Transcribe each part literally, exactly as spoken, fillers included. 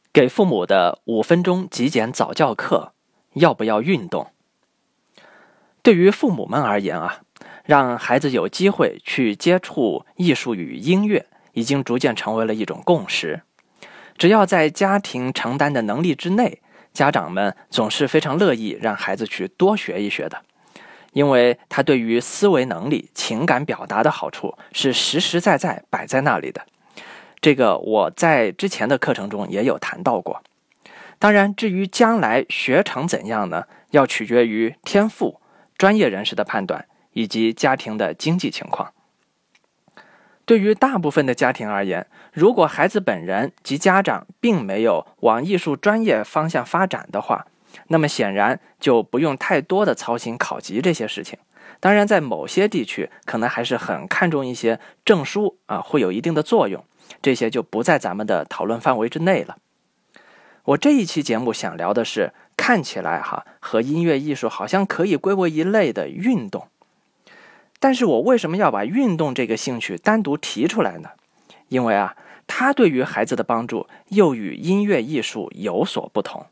给父母的五分钟极简早教课，要不要运动？对于父母们而言啊，让孩子有机会去接触艺术与音乐，已经逐渐成为了一种共识。只要在家庭承担的能力之内，家长们总是非常乐意让孩子去多学一学的，因为他对于思维能力、情感表达的好处是实实在在摆在那里的。这个我在之前的课程中也有谈到过。当然，至于将来学成怎样呢，要取决于天赋、专业人士的判断以及家庭的经济情况。对于大部分的家庭而言，如果孩子本人及家长并没有往艺术专业方向发展的话，那么显然就不用太多的操心考级这些事情。当然，在某些地区可能还是很看重一些证书啊，会有一定的作用，这些就不在咱们的讨论范围之内了。我这一期节目想聊的是，看起来哈和音乐艺术好像可以归为一类的运动，但是我为什么要把运动这个兴趣单独提出来呢？因为啊，它对于孩子的帮助又与音乐艺术有所不同。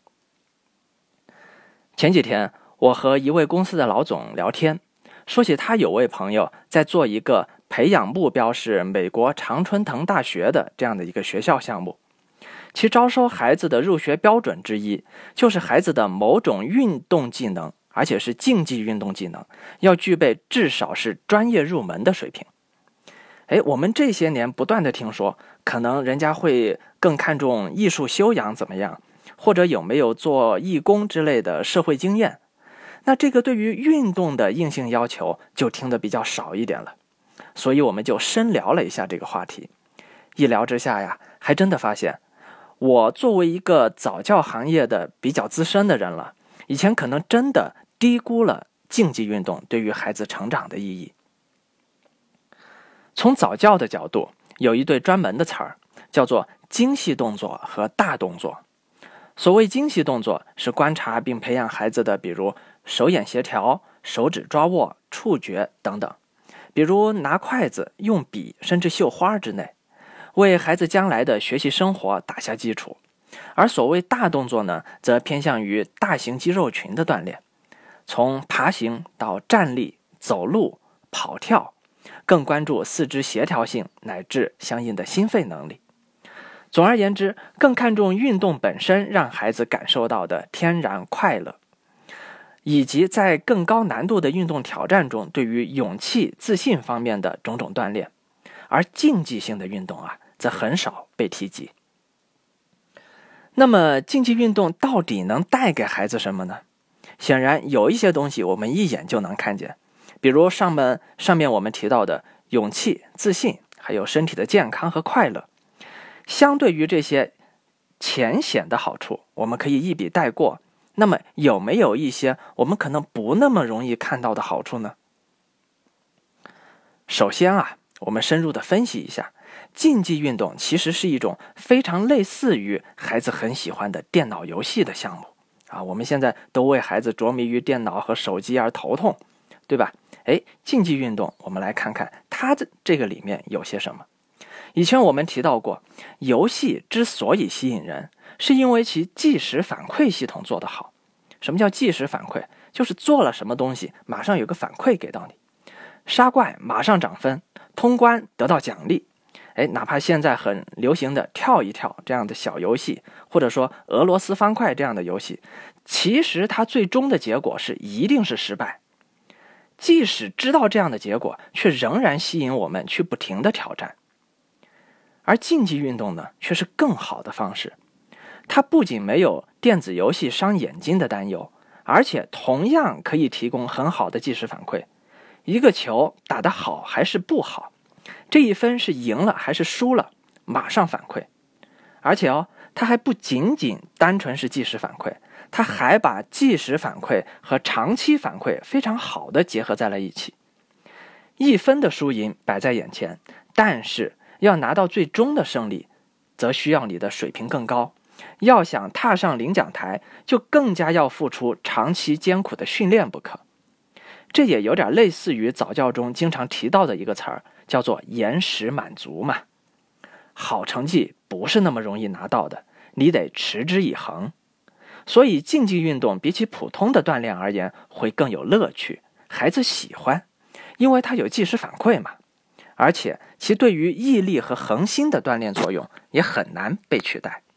前几天我和一位公司的老总聊天，说起他有位朋友在做一个培养目标是美国常春藤大学的这样的一个学校项目，其招收孩子的入学标准之一就是孩子的某种运动技能，而且是竞技运动技能，要具备至少是专业入门的水平。哎，我们这些年不断的听说，可能人家会更看重艺术修养怎么样，或者有没有做义工之类的社会经验。那这个对于运动的硬性要求就听得比较少一点了，所以我们就深聊了一下这个话题。一聊之下呀，还真的发现，我作为一个早教行业的比较资深的人了，以前可能真的低估了竞技运动对于孩子成长的意义。从早教的角度，有一对专门的词儿，叫做精细动作和大动作。所谓精细动作，是观察并培养孩子的，比如手眼协调、手指抓握、触觉等等，比如拿筷子、用笔，甚至绣花之类，为孩子将来的学习生活打下基础。而所谓大动作呢，则偏向于大型肌肉群的锻炼，从爬行到站立、走路、跑跳，更关注四肢协调性乃至相应的心肺能力。总而言之，更看重运动本身让孩子感受到的天然快乐，以及在更高难度的运动挑战中对于勇气、自信方面的种种锻炼。而竞技性的运动啊，则很少被提及。那么竞技运动到底能带给孩子什么呢？显然有一些东西我们一眼就能看见，比如上面上面我们提到的勇气、自信，还有身体的健康和快乐。相对于这些浅显的好处，我们可以一笔带过。那么有没有一些我们可能不那么容易看到的好处呢？首先啊，我们深入的分析一下，竞技运动其实是一种非常类似于孩子很喜欢的电脑游戏的项目啊。我们现在都为孩子着迷于电脑和手机而头痛，对吧？哎，竞技运动，我们来看看它这个里面有些什么。以前我们提到过，游戏之所以吸引人，是因为其即时反馈系统做得好。什么叫即时反馈？就是做了什么东西，马上有个反馈给到你。杀怪马上涨分，通关得到奖励。哎，哪怕现在很流行的跳一跳这样的小游戏，或者说俄罗斯方块这样的游戏，其实它最终的结果是一定是失败。即使知道这样的结果，却仍然吸引我们去不停的挑战。而竞技运动呢，却是更好的方式。它不仅没有电子游戏伤眼睛的担忧，而且同样可以提供很好的即时反馈。一个球打得好还是不好，这一分是赢了还是输了，马上反馈。而且哦，它还不仅仅单纯是即时反馈，它还把即时反馈和长期反馈非常好的结合在了一起。一分的输赢摆在眼前，但是要拿到最终的胜利，则需要你的水平更高。要想踏上领奖台，就更加要付出长期艰苦的训练不可。这也有点类似于早教中经常提到的一个词儿，叫做延时满足嘛。好成绩不是那么容易拿到的， 你得持之以恒。所以竞技运动比起普通的锻炼而言会更有乐趣，孩子喜欢，因为它有即时反馈嘛，而且其对于毅力和恒心的锻炼作用也很难被取代。